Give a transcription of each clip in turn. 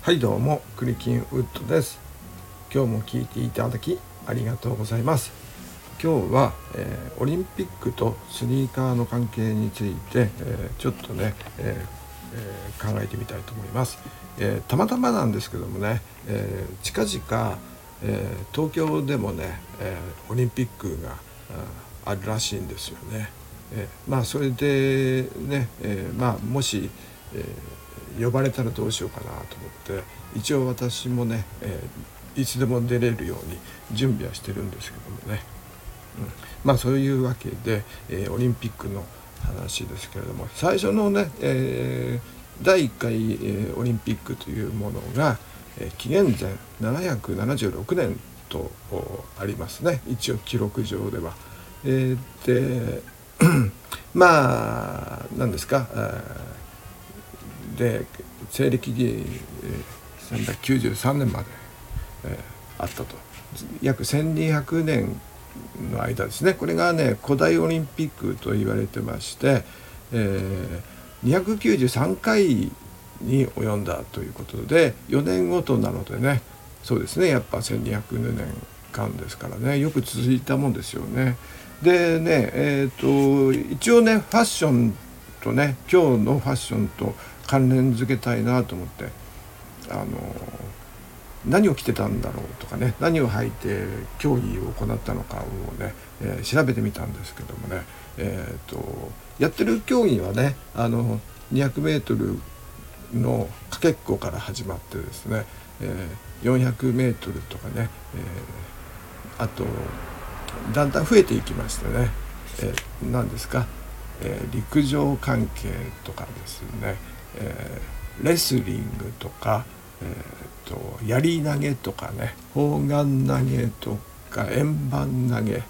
はい、どうもクリキンウッドです。今日も聞いていただきありがとうございます。今日は、オリンピックとスニーカーの関係について、ちょっとね、考えてみたいと思います。たまたまなんですけどもね、近々、東京でもね、オリンピックがあるらしいんですよね。それでね、もし、呼ばれたらどうしようかなと思って一応私もね、いつでも出れるように準備はしてるんですけどもね、そういうわけで、オリンピックの話ですけれども、最初のね、第1回、オリンピックというものが、紀元前776年とありますね、一応記録上では。で何ですか、で西暦393年まで、あったと。約1200年の間ですね。これがね古代オリンピックと言われてまして、293回に及んだということで、4年ごとなのでね、そうですね、やっぱ1200年間ですからね、よく続いたもんですよね。でね、一応ねファッションとね、今日のファッションと関連づけたいなと思って、何を着てたんだろうとかね、何を履いて競技を行ったのかをね、調べてみたんですけどもね、やってる競技はね、200メートルのかけっこから始まってですね、400メートルとかね、あとだんだん増えていきましてね、何ですか、陸上関係とかですね、レスリングとか、槍投げとかね、砲丸投げとか円盤投げ、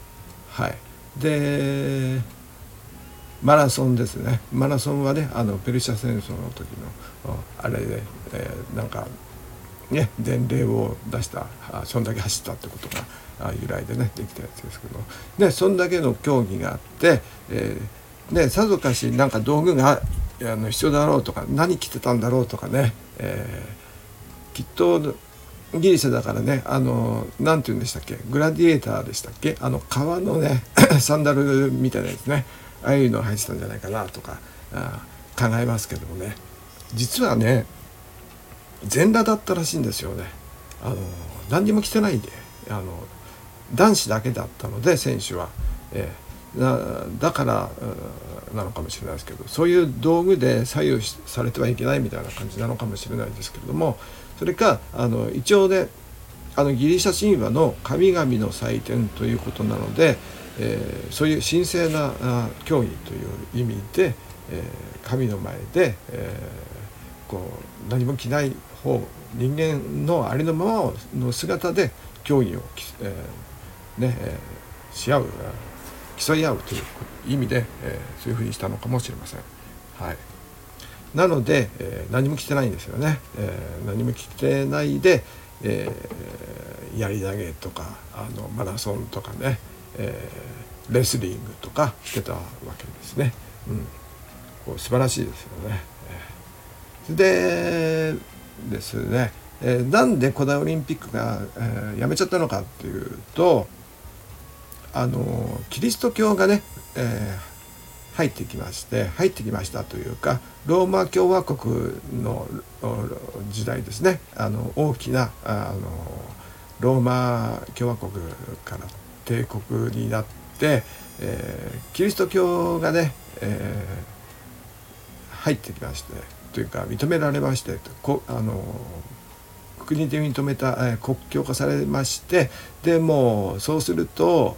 でマラソンですね。マラソンはね、ペルシャ戦争の時のあれで、なんかね伝令を出した、そんだけ走ったってことが由来でねできたやつですけどね、そんだけの競技があって、さぞかしなんか道具が必要だろうとか、何着てたんだろうとかね、きっとギリシャだからね、なんて言うんでしたっけ、グラディエーターでしたっけ、革のねサンダルみたいなやつね、ああいうのを履いてたんじゃないかなとか考えますけどもね、実はね全裸だったらしいんですよね。何にも着てないで、男子だけだったので選手は、だからなのかもしれないですけど、そういう道具で左右されてはいけないみたいな感じなのかもしれないですけれども、それか一応ね、ギリシャ神話の神々の祭典ということなので、そういう神聖な競技という意味で、神の前で、こう何も着ない方、人間のありのままの姿で競技を、し合う、競い合うという意味で、そういうふうにしたのかもしれません。なので、何も着てないんですよね。何も着てないで、槍投げとかマラソンとかね、レスリングとかしてたわけですね。こう素晴らしいですよね。でですね、なんで古代オリンピックが、やめちゃったのかっていうと、キリスト教がね、入ってきましたというか、ローマ共和国の時代ですね、大きなローマ共和国から帝国になって、キリスト教がね、入ってきましてというか認められまして、国で認めた、国教化されまして、でもうそうすると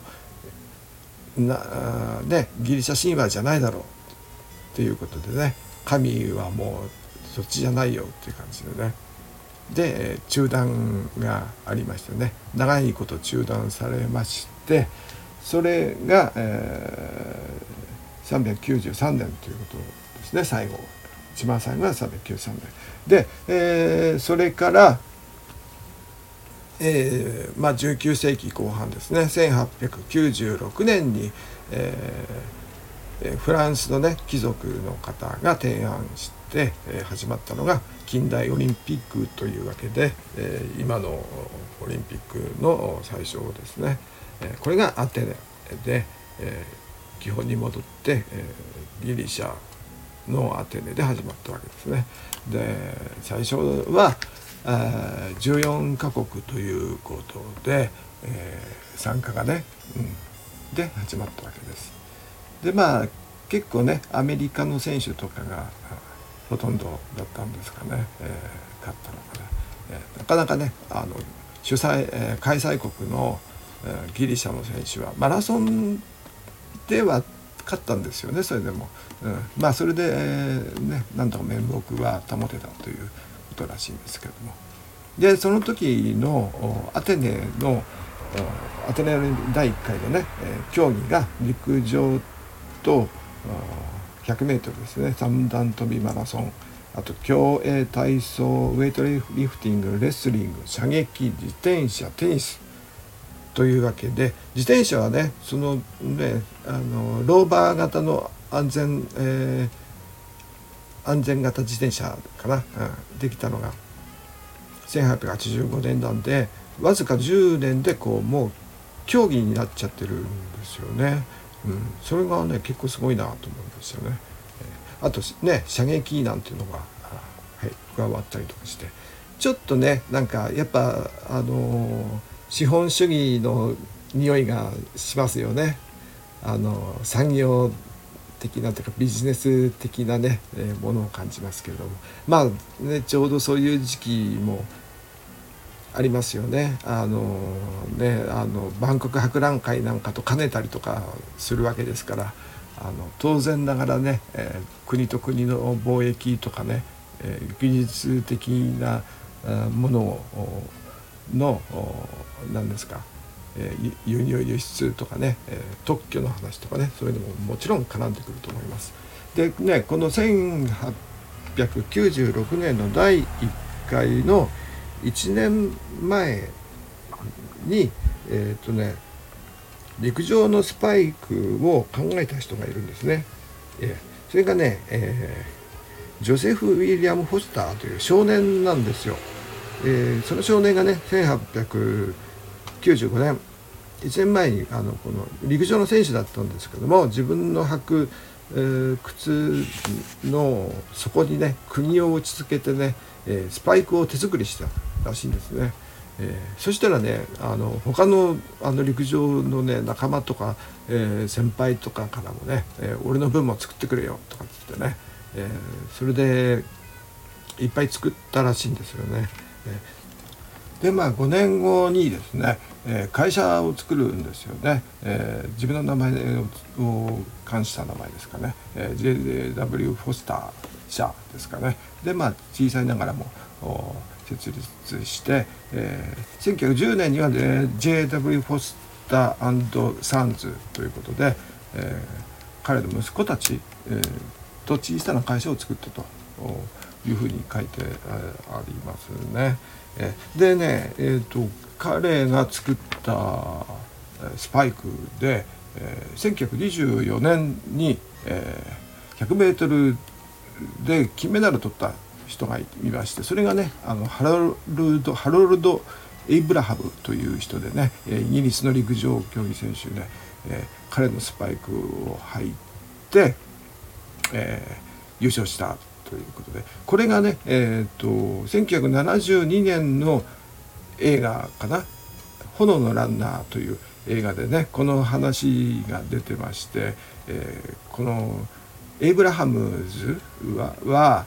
ギリシャ神話じゃないだろうっていうことでね、神はもうそっちじゃないよっていう感じでね、で中断がありましてね、長いこと中断されまして、それが、393年ということですね。最後、一番最後が393年で、それから19世紀後半ですね、1896年に、 フランスのね貴族の方が提案して、始まったのが近代オリンピックというわけで、今のオリンピックの最初ですね、これがアテネで、基本に戻って、ギリシャのアテネで始まったわけですね。で最初は14カ国ということで、参加がね、で始まったわけです。で結構ねアメリカの選手とかがほとんどだったんですかね、勝ったのがね、なかなかね主催、開催国の、ギリシャの選手はマラソンでは勝ったんですよね。それでも、それで、なんとか面目は保てたということらしいんですけれども、でその時のアテネの第1回のね、競技が陸上と100mですね、三段跳びマラソン、あと競泳、体操、ウェイトリフティング、レスリング、射撃、自転車、テニスというわけで、自転車はねそのねローバー型の安全型自転車かな、できたのが1885年なんで、わずか10年でもう競技になっちゃってるんですよね。それがね結構すごいなと思うんですよね。あとね射撃なんていうのが、加わったりとかして、ちょっとねなんかやっぱ資本主義の匂いがしますよね。産業的なというかビジネス的なね、ものを感じますけれども、ちょうどそういう時期もありますよね。万国博覧会なんかと兼ねたりとかするわけですから、当然ながらね、国と国の貿易とかね、技術的なものの何ですか、輸入輸出とかね、特許の話とかね、そういうのももちろん絡んでくると思います。でね、この1896年の第1回の1年前に陸上のスパイクを考えた人がいるんですね。それがね、ジョセフ・ウィリアム・フォスターという少年なんですよ。その少年がね1895年1年前にこの陸上の選手だったんですけども、自分の履く、靴の底にね釘を打ち付けてね、スパイクを手作りしたらしいんですね。そしたらね他の陸上のね仲間とか、先輩とかからもね、俺の分も作ってくれよとかって言ってね、それでいっぱい作ったらしいんですよね。で5年後にですね、会社を作るんですよね。自分の名前を冠した名前ですかね、JW フォスター社ですかね。で小さいながらも設立して、1910年には、JW フォスター&サンズということで、彼の息子たち、と小さな会社を作ったというふうに書いてありますね。でね、彼が作ったスパイクで、1924年に、100m で金メダルを取った人がいまして、それがねハロルド・エイブラハムという人でね、イギリスの陸上競技選手ね、彼のスパイクを履いて、優勝したということで、これがね、1972年の映画かな、炎のランナーという映画でねこの話が出てまして、このエイブラハムズは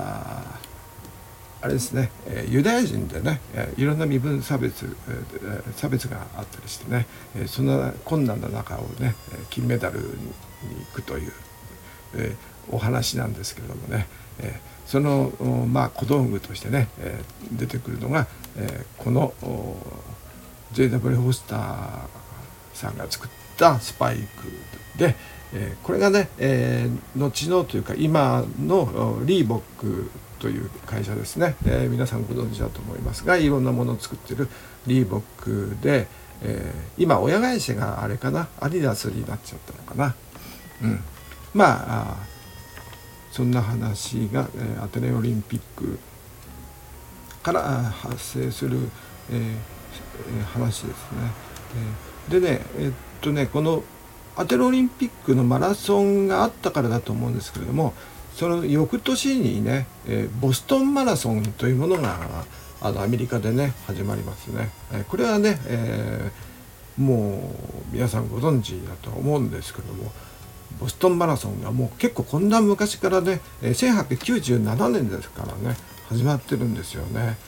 あれですね、ユダヤ人でね、いろんな身分差別があったりしてね、そんな困難な中をね金メダルに行くという、お話なんですけれどもね、その小道具としてね、出てくるのが、この JW ホスターさんが作ったスパイクで、これがね、後のというか今のリーボックという会社ですね、皆さんご存知だと思いますが、いろんなものを作っているリーボックで、今親会社があれかな、アディダスになっちゃったのかな。 そんな話が、アテネオリンピックから発生する、話ですね。でね、このアテネオリンピックのマラソンがあったからだと思うんですけれども、その翌年にね、ボストンマラソンというものがアメリカでね始まりますね。これはね、もう皆さんご存知だと思うんですけども、ボストンマラソンがもう結構こんな昔からね、1897年ですからね始まってるんですよね。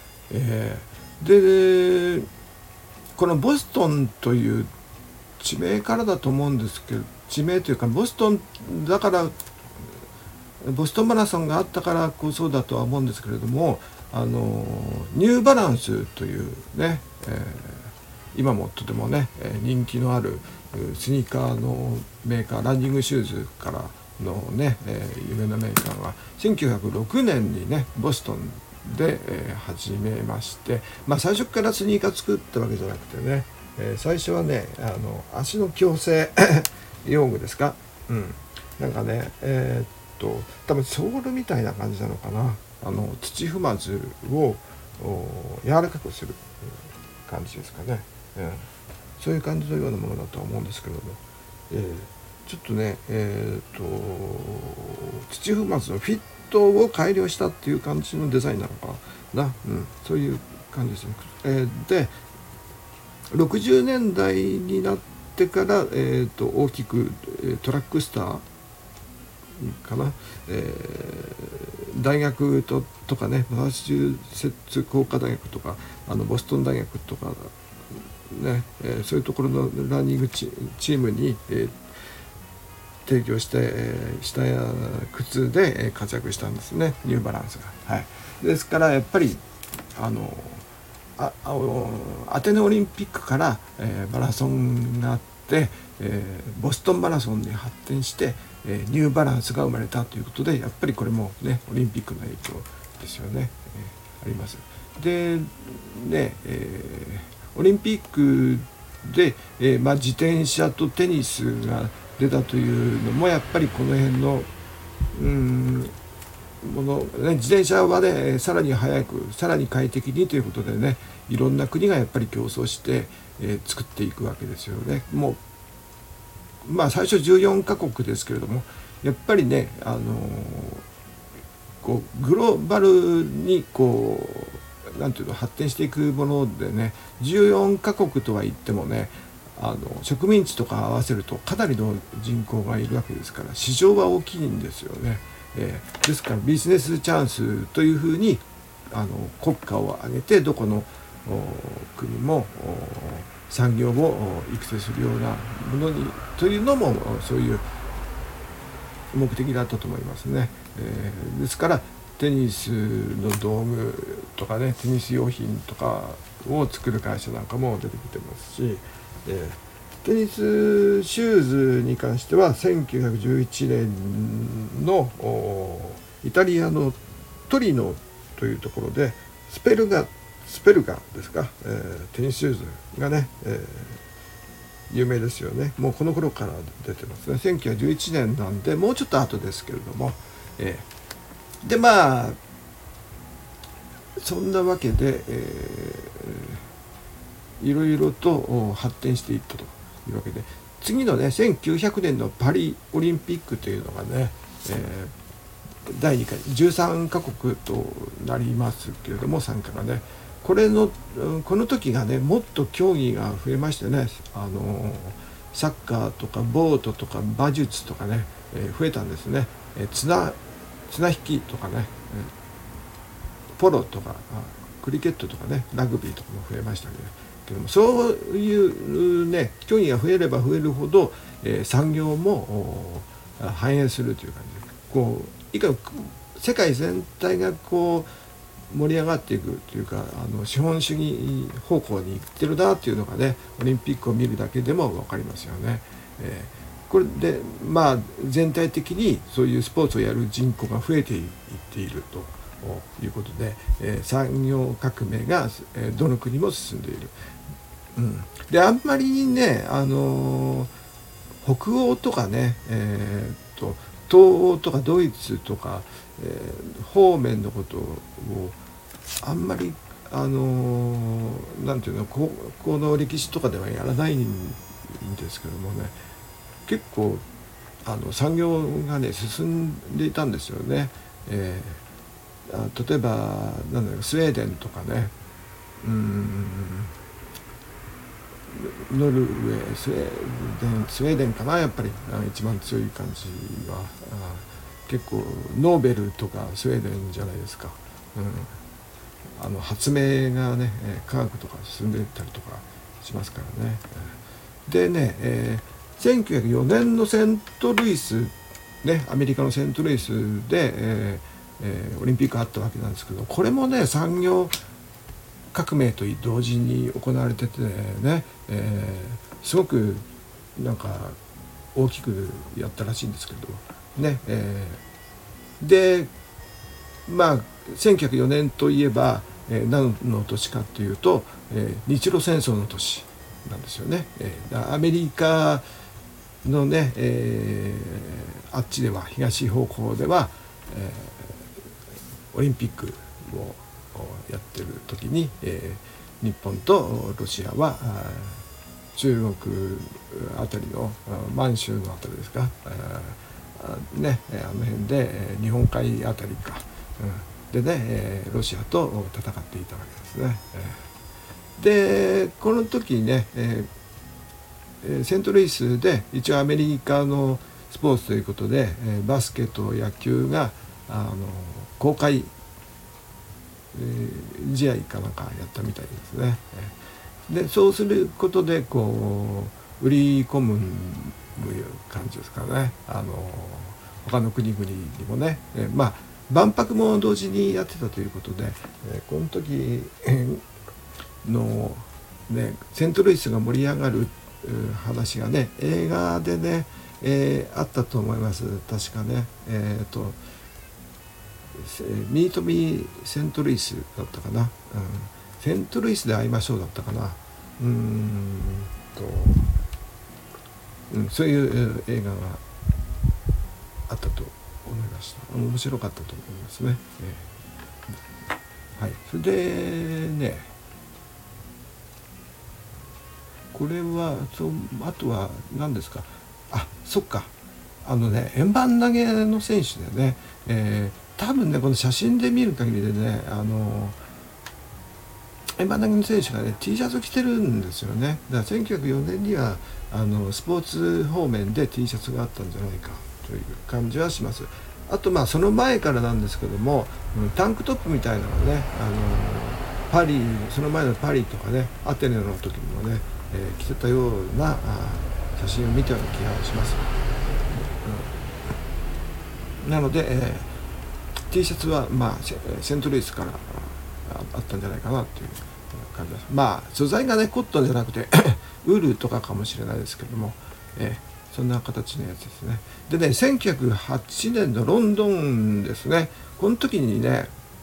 でこのボストンという地名からだと思うんですけど、地名というかボストンだから、ボストンマラソンがあったからこそだとは思うんですけれども、ニューバランスというね、今もとてもね人気のあるスニーカーのメーカー、ランニングシューズからのね、有名なメーカーが1906年にねボストンで、始めまして、最初からスニーカー作ったわけじゃなくてね、最初はね足の矯正用具ですか、なんかね多分ソールみたいな感じなのかな、土踏まずを柔らかくする感じですかね、そういう感じのようなものだとは思うんですけども、ちょっとね土踏まずのフィットを改良したっていう感じのデザインなのかな、そういう感じですね。で60年代になってから、大きくトラックスターかな、大学とかね、マサチューセッツ工科大学とかボストン大学とかね、そういうところのランニングチームに、提供して、下や靴で活躍したんですね、ニューバランスが。ですからやっぱりアテネオリンピックから、マラソンがあって、ボストンマラソンに発展して、ニューバランスが生まれたということで、やっぱりこれもねオリンピックの影響ですよね、あります。でね、オリンピックで、自転車とテニスが出たというのもやっぱりこの辺のもの、ね、自転車はねさらに速くさらに快適にということでね、いろんな国がやっぱり競争して、作っていくわけですよね。もう最初14カ国ですけれども、やっぱりねこうグローバルにこうなんていうの発展していくものでね、14カ国とは言ってもね植民地とか合わせるとかなりの人口がいるわけですから、市場は大きいんですよね。ですからビジネスチャンスというふうに国家を挙げてどこの国も産業を育成するようなものにというのもそういう目的だったと思いますね。ですからテニスの道具とかね、テニス用品とかを作る会社なんかも出てきてますし、テニスシューズに関しては1911年のイタリアのトリノというところでスペルガですか、テニスシューズがね、有名ですよね。もうこの頃から出てますね。1911年なんでもうちょっと後ですけれども、でそんなわけで、いろいろと発展していったというわけで、次のね1900年のパリオリンピックというのがね、第2回13カ国となりますけれども、参加がねこの時がねもっと競技が増えましてね、サッカーとかボートとか馬術とかね、増えたんですね。綱引きとかね、ポロとかクリケットとかね、ラグビーとかも増えましたけども、そういうね競技が増えれば増えるほど、産業も反映するという感じで、こういかに世界全体がこう盛り上がっていくというか、資本主義方向に行ってるなっていうのがねオリンピックを見るだけでも分かりますよね。これで全体的にそういうスポーツをやる人口が増えていっているということで、産業革命が、どの国も進んでいる。であんまりね北欧とかね、 東欧とかドイツとか、方面のことをあんまりなんていうの、この歴史とかではやらないんですけどもね、結構産業がね進んでいたんですよね。例えばなんだろう、スウェーデンとかね、ノルウェー、スウェーデンかな、やっぱり一番強い感じは。結構ノーベルとかスウェーデンじゃないですか。発明がね、科学とか進んでいったりとかしますからね。でね、1904年のセントルイス、ね、アメリカのセントルイスで、オリンピックあったわけなんですけど、これもね産業革命と同時に行われててね、すごくなんか大きくやったらしいんですけどね、でまあ1904年といえば、何の年かというと、日露戦争の年なんですよね。アメリカのね、あっちでは東方向では、オリンピックをやってる時に、日本とロシアは中国あたりの満州のあたりですか、ね、あの辺で日本海あたりか、でね、ロシアと戦っていたわけですね。でこの時にね、セントルイスで一応アメリカのスポーツということで、バスケと野球が公開試合かなんかやったみたいですね。でそうすることでこう売り込む感じですからね。他の国々にもね、まあ万博も同時にやってたということで、この時の、ね、セントルイスが盛り上がる話がね映画でね、あったと思います。確かね、ミートミーセントルイスだったかな、セントルイスで会いましょうだったかな、そういう映画があったと思いました。面白かったと思いますね。はい、それでね、これはあとは何ですか。そっか、円盤投げの選手でね、多分ねこの写真で見る限りでね、円盤投げの選手がね T シャツ着てるんですよね。だから1904年にはスポーツ方面で T シャツがあったんじゃないかという感じはします。あとその前からなんですけども、タンクトップみたいなのがね、パリ、その前のパリとかねアテネの時にもね、着てたような写真を見たような気がします。なので、T シャツはセントルイスからあったんじゃないかなっていう感じです。素材がねコットンじゃなくてウールとかかもしれないですけども、そんな形のやつですね。でね、1908年のロンドンですね。この時にね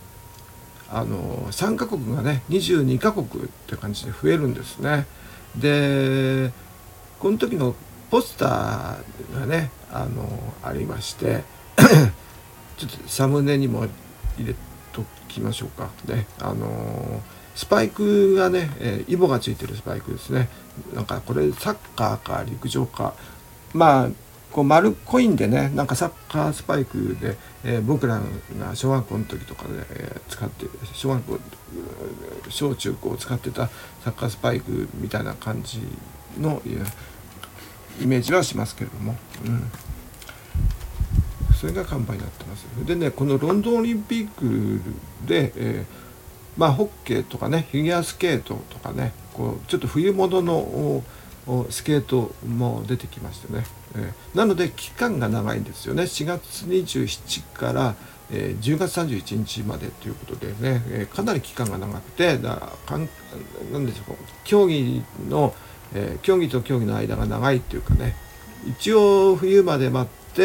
3カ国がね22カ国って感じで増えるんですね。でこの時のポスターがねありましてちょっとサムネにも入れときましょうかね。スパイクがね、イボがついてるスパイクですね。なんかこれサッカーか陸上か、こう丸っこいんでね、なんかサッカースパイクで、僕らが小学校の時とかで、使って小学校小中高使ってたサッカースパイクみたいな感じのイメージはしますけれども、それが看板になってます。でね、このロンドンオリンピックで、ホッケーとかねフィギュアスケートとかね、こうちょっと冬物のスケートも出てきましてね、なので期間が長いんですよね。4月27から、10月31日までということでね、かなり期間が長くてなんでしょう、競技と競技の間が長いっていうかね、一応冬まで待って、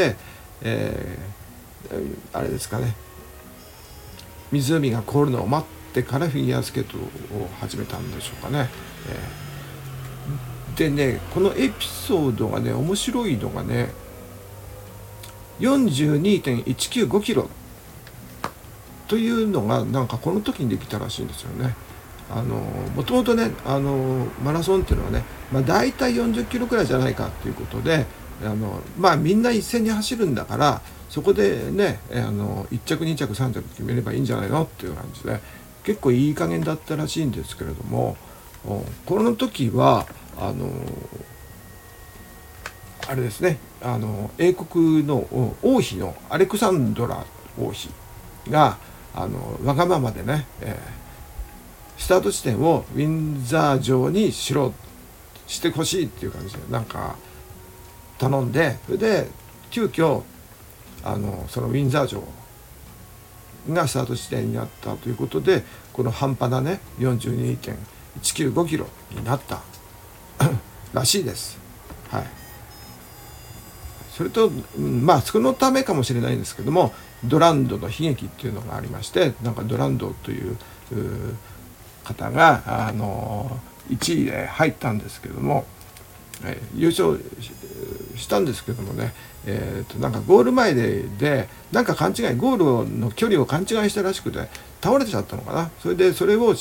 あれですかね、湖が凍るのを待ってからフィギュアスケートを始めたんでしょうかね。でね、このエピソードがね面白いのがね、 42.195 キロというのがなんかこの時にできたらしいんですよね。もともとねマラソンっていうのはね、大体40キロくらいじゃないかということでみんな一斉に走るんだからそこでね1着2着3着決めればいいんじゃないのっていう感じで結構いい加減だったらしいんですけれども、この時はあれですね英国の王妃のアレクサンドラ王妃がわがままでね、スタート地点をウィンザー城にしてほしいっていう感じでなんか頼んで、それで急遽そのウィンザー城がスタート地点になったということでこの半端なね 42.195 キロになったらしいです。はい。それとそのためかもしれないんですけどもドランドの悲劇っていうのがありましてなんかドランドという方が1位で入ったんですけども、優勝したんですけどもね、なんかゴール前でなんかゴールの距離を勘違いしたらしくて倒れちゃったのかな。それを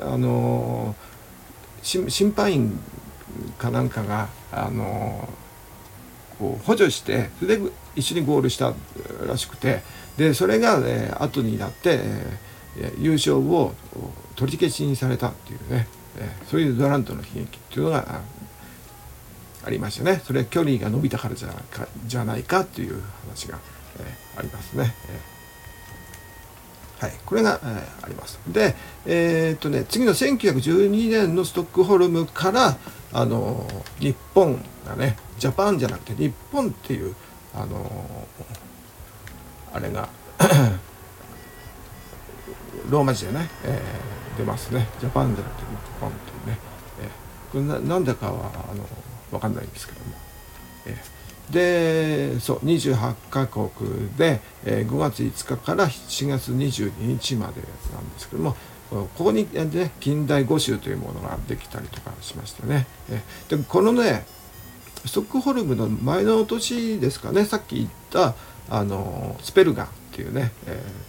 審判員かなんかがこう補助してそれで一緒にゴールしたらしくてでそれが、後になって、優勝を取り消しにされたっていうね、そういうドランドの悲劇っていうのがありましたね。それは距離が伸びたからじゃないかっていう話が、ありますね。はい、これが、あります。で、次の1912年のストックホルムから日本がねジャパンじゃなくて日本っていうあれがローマ字でね、出ますね。ジャパンじゃなくて日本っていうね、これなんでかは分かんないんですけども、で28カ国で、5月5日から7月22日までなんですけどもここに、ね、近代五州というものができたりとかしましたね。でこのねストックホルムの前の年ですかねさっき言ったスペルガンっていうね、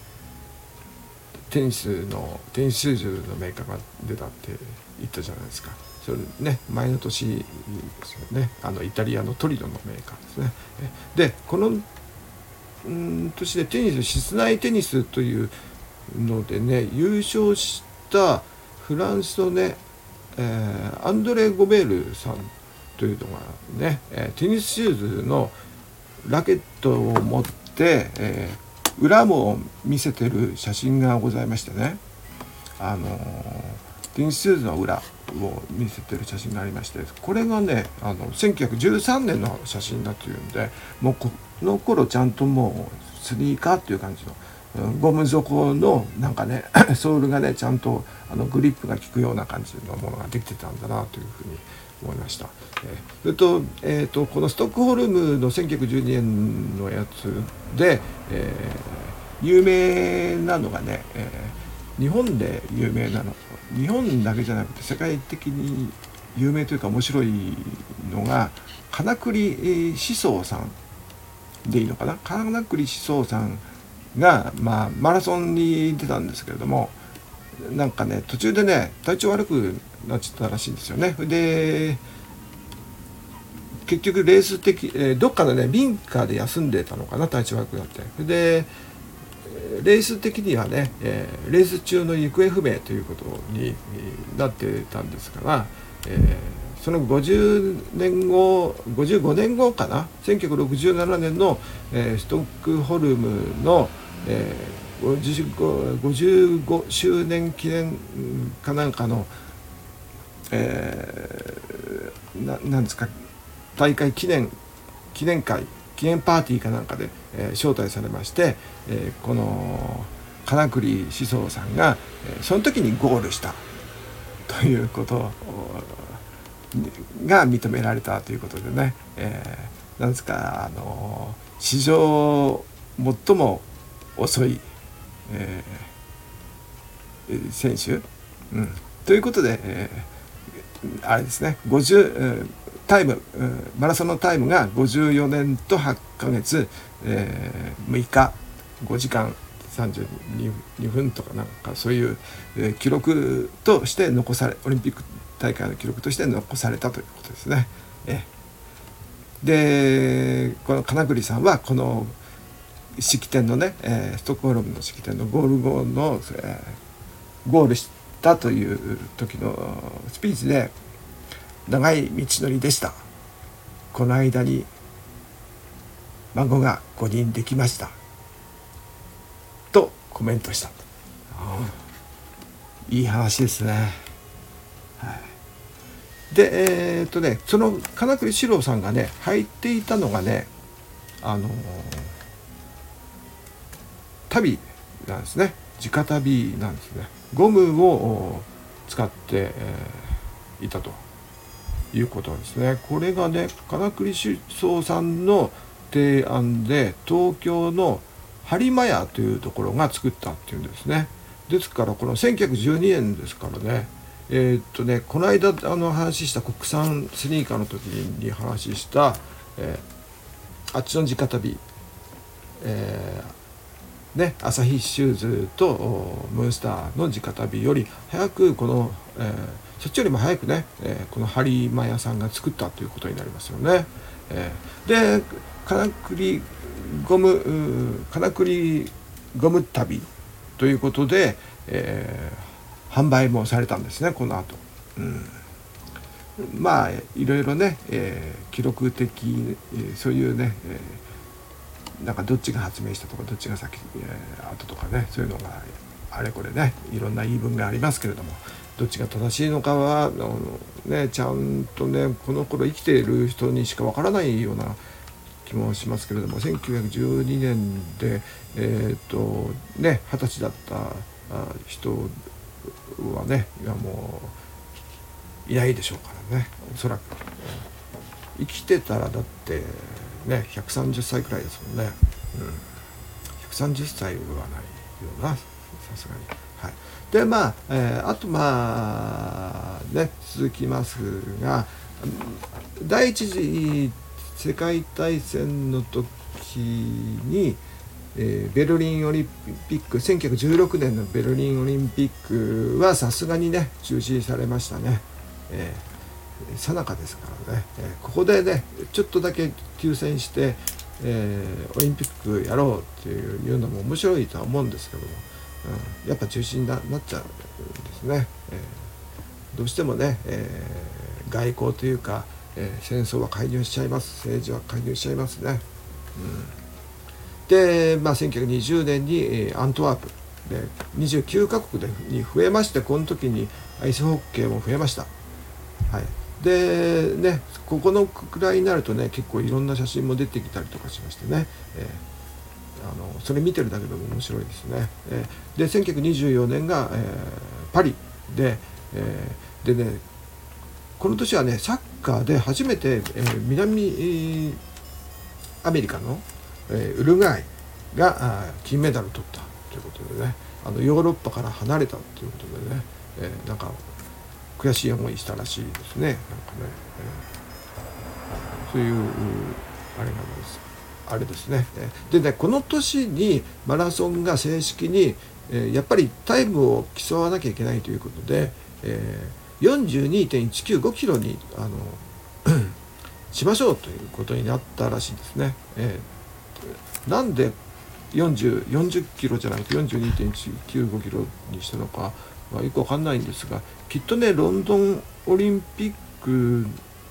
テニスシューズのメーカーが出たって言ったじゃないですか。それね前の年ですよねイタリアのトリノのメーカーですね。でこの年で室内テニスというのでね優勝したフランスのね、アンドレ・ゴベールさんというのがねテニスシューズのラケットを持って、裏も見せてる写真がございましてねテニスシューズの裏を見せてる写真がありましてこれがね1913年の写真だというんでもうこの頃ちゃんともうスニーカーっていう感じのゴム底のなんかねソールがねちゃんとグリップが効くような感じのものができてたんだなというふうに思いました。それと、このストックホルムの1912年のやつで、有名なのがね、日本で有名なの日本だけじゃなくて世界的に有名というか面白いのが金栗四三さんでいいのかな。金栗四三さんが、マラソンに出たんですけれどもなんかね途中でね体調悪くなっちゃったらしいんですよね。で結局レース的、どっかのね民家で休んでたのかな体調悪くなって。でレース的にはね、レース中の行方不明ということになってたんですから、その55年後かな1967年の、ストックホルムの、55周年記念かなんかの、なんですか大会記念会記念パーティーかなんかで、招待されまして、この金栗四三さんが、その時にゴールしたということが認められたということでね、なんですか史上最も遅い、選手、ということで、あれですねタイム、マラソンのタイムが54年と8ヶ月、6日5時間32分とかなんかそういう、記録として残され、オリンピック大会の記録として残されたということですね。でこの金栗さんはこの式典のね、ストックホルムの式典のゴール後の、ゴールしたという時のスピーチで、長い道のりでした。この間に孫が5人できましたとコメントした。いい話ですね。はい、でその金栗四郎さんがね履いていたのがね足袋なんですね。直足袋なんですね。ゴムを使って、いたということですね。これがね金栗四郎さんの提案で東京の播磨屋というところが作ったっていうんですね。ですからこの1912年ですからね。この間話した国産スニーカーの時に話した、あっちの直足袋、アサヒシューズとムーンスターの直足袋より早くこの、そっちよりも早くね、この播磨屋さんが作ったということになりますよね。で金栗ゴム旅ということで、販売もされたんですねこの後。まあいろいろね、記録的、そういうね、なんかどっちが発明したとかどっちが先、後とかね、そういうのがあれこれねいろんな言い分がありますけれども、どっちが正しいのかはちゃんとねこの頃生きている人にしかわからないような気もしますけれども、1912年で20歳だった人はねもういないでしょうからね。おそらく生きてたらだってね130歳くらいですもんね。130歳はないような、さすがに。はい、であと続きますが、第一次世界大戦の時に、ベルリンオリンピック1916年のベルリンオリンピックはさすがにね中止されましたね。さなかですからね、ここでねちょっとだけ休戦して、オリンピックやろうっていうのも面白いとは思うんですけども、やっぱ中止に なっちゃうんですね。どうしてもね、外交というか、戦争は介入しちゃいます。政治は介入しちゃいますね。で、1920年にアントワープで29カ国に増えまして、この時にアイスホッケーも増えました。はい、でねここのくらいになるとね結構いろんな写真も出てきたりとかしましてね、それ見てるだけでも面白いですね。で1924年が、パリで、でねこの年はねサッカーで初めて、南アメリカの、ウルグアイが金メダルを取ったということでね、ヨーロッパから離れたということでね、なんか悔しい思いしたらしいですね。なんかね、そういうあれですね。でねこの年にマラソンが正式に、やっぱりタイムを競わなきゃいけないということで、42.195 キロにしましょうということになったらしいんですね。なんで40キロじゃなくて 42.195 キロにしたのかはよくわかんないんですが、きっとねロンドンオリンピック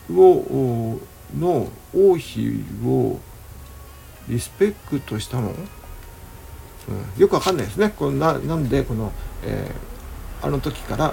の王妃をリスペクトしたの、よくわかんないですね。このなんでこの、あの時から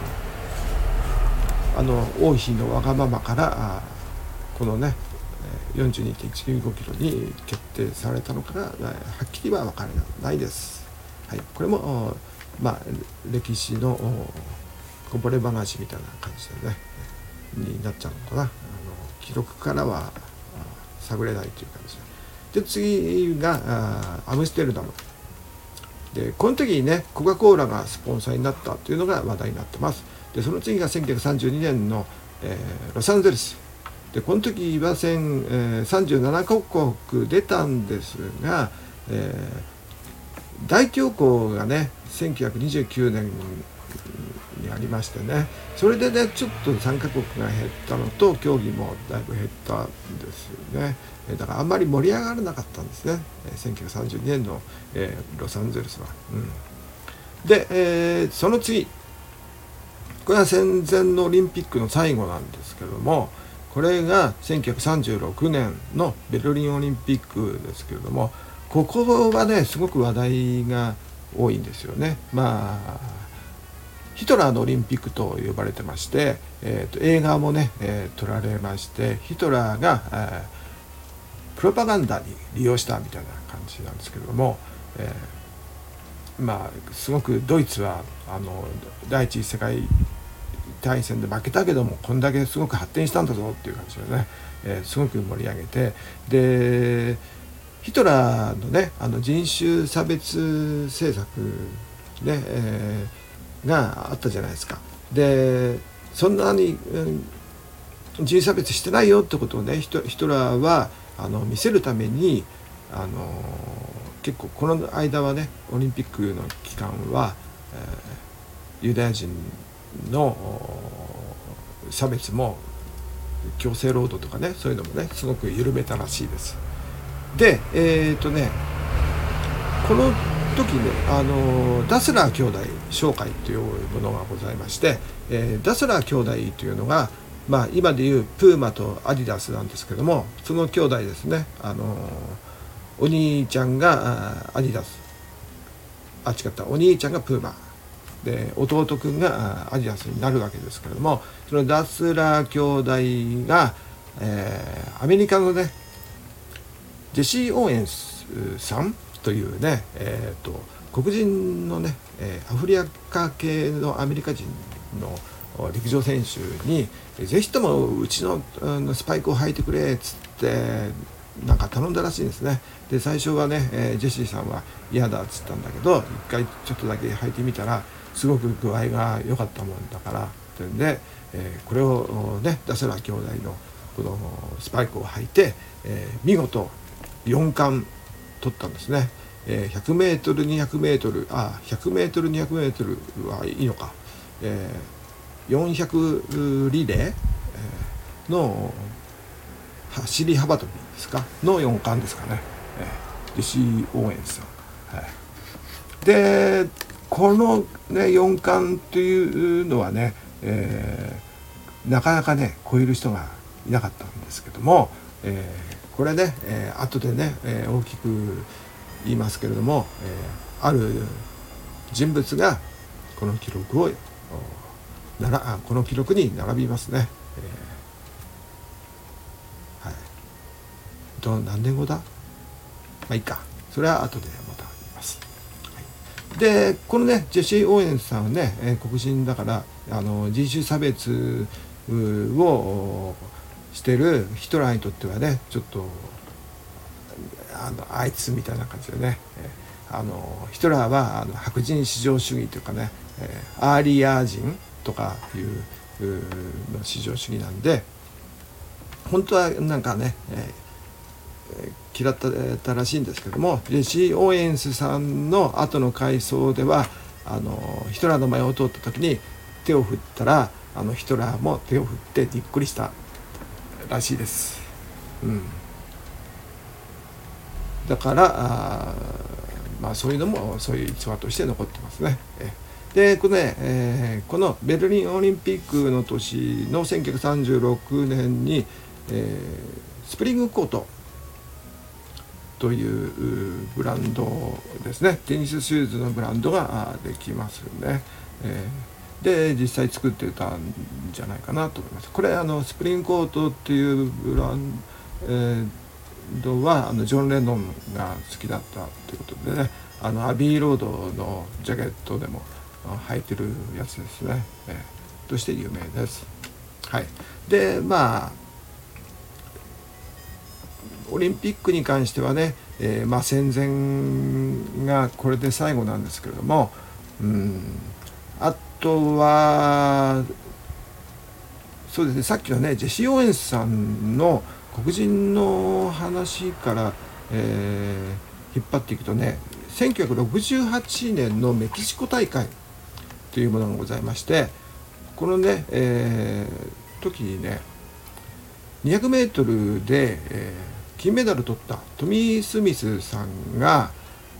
王妃のわがままからこのね 42.195 キロに決定されたのかがはっきりは分からないです。はい、これも歴史のこぼれ話みたいな感じでねになっちゃうのかな。記録からは探れないという感じで、次がアムステルダムで、この時にねコカ・コーラがスポンサーになったというのが話題になってます。でその次が1932年の、ロサンゼルスでこの時は37カ国出たんですが、大恐慌がね1929年にありましてね、それでねちょっと参加国が減ったのと競技もだいぶ減ったんですよね。だからあんまり盛り上がらなかったんですね、1932年の、ロサンゼルスは。で、その次、これは戦前のオリンピックの最後なんですけれども、これが1936年のベルリンオリンピックですけれども、ここはねすごく話題が多いんですよね。ヒトラーのオリンピックと呼ばれてまして、映画もね、撮られまして、ヒトラーが、プロパガンダに利用したみたいな感じなんですけれども、すごくドイツは第一次世界大戦で負けたけどもこんだけすごく発展したんだぞっていう感じでね、すごく盛り上げて、でヒトラーのね人種差別政策ね、があったじゃないですか。でそんなに、人種差別してないよってことをねヒトラーは見せるために結構この間はねオリンピックの期間は、ユダヤ人の差別も強制労働とかねそういうのもねすごく緩めたらしいです。でこの時ねダスラー兄弟商会というものがございまして、ダスラー兄弟というのが、今でいうプーマとアディダスなんですけども、その兄弟ですね。お兄ちゃんがアディダス、お兄ちゃんがプーマで弟くんがアディダスになるわけですけれども、そのダスラー兄弟が、アメリカのねジェシー・オーエンスさんというね、黒人のね、アフリカ系のアメリカ人の陸上選手にぜひともうちのスパイクを履いてくれっつってなんか頼んだらしいんですね。で最初はね、ジェシーさんは嫌だっつったんだけど、一回ちょっとだけ履いてみたらすごく具合が良かったもんだからってんで、これをねダスラー兄弟のこのスパイクを履いて、見事4冠取ったんですね。100m 200m 100m 200m はいいのか、400リレーの走り幅跳びですかの4冠ですかね、ジェシー・オーエンスさん、でこの、ね、4冠というのはね、なかなかね超える人がいなかったんですけども、これね、後でね、大きく言いますけれども、ある人物がこの記録をこの記録に並びますね。何年後だ？いいか。それは後でまた言います。でこのねジェシー・オーエンスさんはね、黒人だから人種差別をしてるヒトラーにとってはねちょっとあいつみたいな感じでね、ヒトラーは白人至上主義というかね、アーリーアー人とかいうの至上主義なんで本当はなんかね、嫌ったらしいんですけども、ジェシー・オーエンスさんの後の回想ではヒトラーの前を通った時に手を振ったらヒトラーも手を振ってびっくりしたらしいです。だからそういうのもそういう逸話として残ってますね。でこのベルリンオリンピックの年の1936年に、スプリングコートというブランドですね、テニスシューズのブランドができますね。で実際作ってたんじゃないかなと思います。これスプリングコートっていうブランドはジョン・レノンが好きだったということでね、アビーロードのジャケットでも履いてるやつですね、として有名です。でオリンピックに関してはね、戦前がこれで最後なんですけれども、あとはそうですね、さっきのねジェシー・オーエンスさんの黒人の話から、引っ張っていくとね、1968年のメキシコ大会というものがございまして、このね、時にね 200m で、金メダル取ったトミー・スミスさんが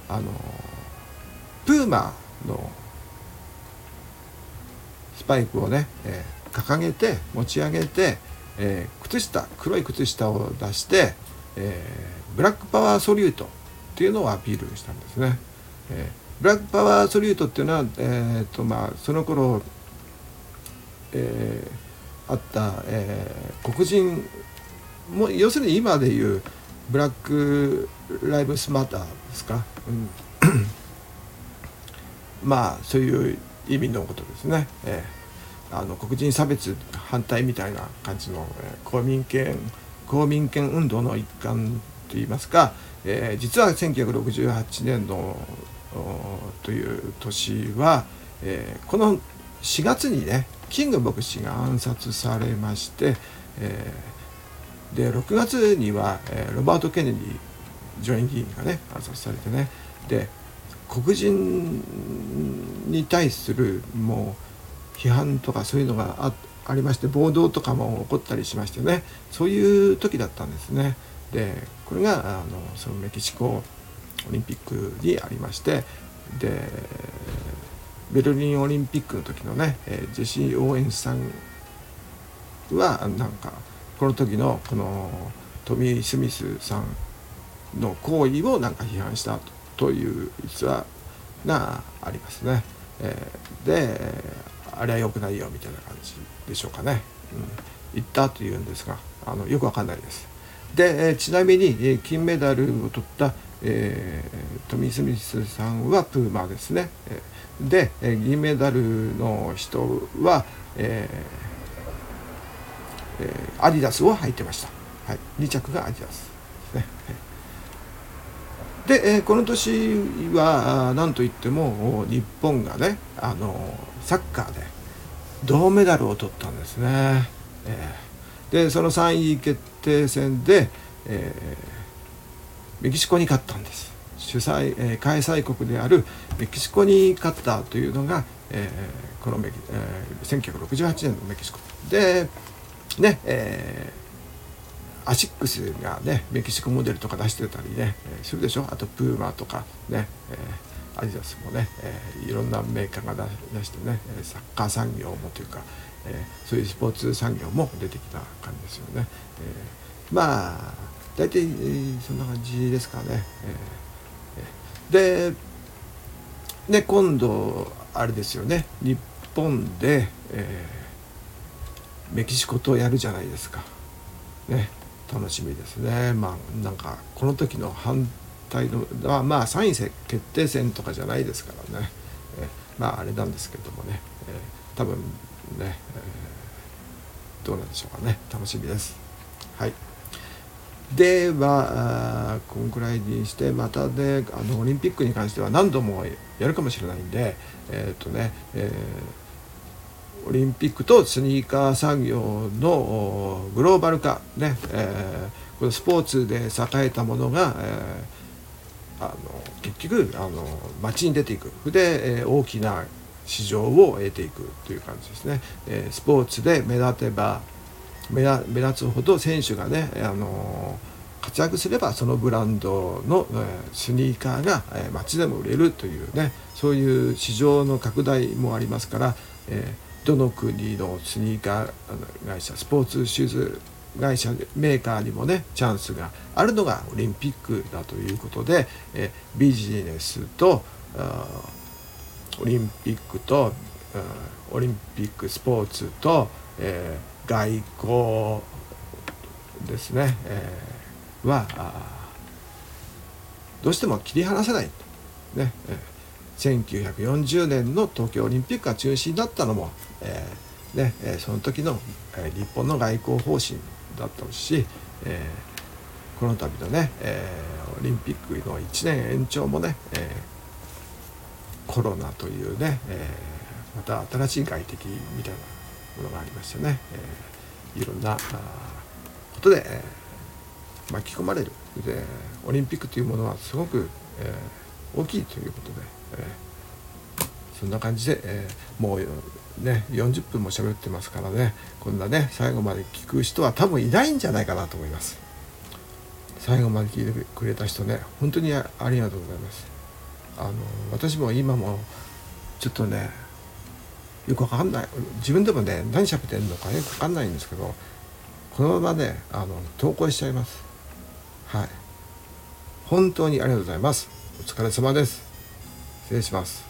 プーマのスパイクをね、掲げて持ち上げて、黒い靴下を出して、ブラックパワーソリュートっていうのをアピールしたんですね。ブラックパワーソリュートっていうのは、その頃、あった、黒人も要するに今でいうブラックライブスマターですか、そういう意味のことですね。黒人差別反対みたいな感じの、公民権運動の一環といいますか、実は1968年のという年は、この4月にねキング牧師が暗殺されまして、で6月には、ロバート・ケネディ上院議員がね暗殺されてね、で黒人に対するもう批判とかそういうのがありまして、暴動とかも起こったりしましてね、そういう時だったんですね。でこれがそのメキシコオリンピックにありまして、でベルリンオリンピックの時のね、ジェシー・オーエンスさんはなんかこの時のこのトミー・スミスさんの行為をなんか批判したという逸話がありますね。であれは良くないよみたいな感じでしょうかね、言ったというんですがよくわかんないです。で、ちなみに、金メダルを取った、トミー・スミスさんはプーマですね。で、銀メダルの人は、アディダスを履いてました。はい、2着がアディダスですね。で、この年は何といっても日本がねサッカーで銅メダルを取ったんですね。でその3位決定戦で、メキシコに勝ったんです。開催国であるメキシコに勝ったというのが、この1968年のメキシコでね、アシックスがねメキシコモデルとか出してたりね、するでしょ。あとプーマとかね、アディダスもね、いろんなメーカーが出してね、サッカー産業もというか、そういうスポーツ産業も出てきた感じですよね。大体、そんな感じですかね。で、今度あれですよね、日本で、メキシコとやるじゃないですか。ね、楽しみですね。なんかこの時の反対の3位決定戦とかじゃないですからね。あれなんですけどもね、多分ね、どうなんでしょうかね。楽しみです。はい。ではこんくらいにしてまたねオリンピックに関しては何度もやるかもしれないんでオリンピックとスニーカー産業のグローバル化ね、このスポーツで栄えたものが、結局街に出ていくで、大きな市場を得ていくという感じですね。スポーツで目立つほど選手がね、活躍すればそのブランドの、スニーカーが、街でも売れるというね、そういう市場の拡大もありますから、どの国のスニーカー会社スポーツシューズ会社メーカーにもねチャンスがあるのがオリンピックだということで、ビジネスとオリンピックとオリンピックスポーツと、外交ですね、はどうしても切り離せないね。1940年の東京オリンピックが中止になったのも、その時の、日本の外交方針だったし、この度のね、オリンピックの1年延長もね、コロナというね、また新しい外敵みたいなものがありましたね。 いろんなことで、巻き込まれる。でオリンピックというものはすごく、大きいということで、そんな感じで、もうね40分も喋ってますからね、こんなね最後まで聞く人は多分いないんじゃないかなと思います。最後まで聞いてくれた人ね、本当にありがとうございます。私も今もちょっとねよくわかんない、自分でもね何喋ってるのかよくわかんないんですけど、このままね投稿しちゃいます。はい、本当にありがとうございます。お疲れ様です。失礼します。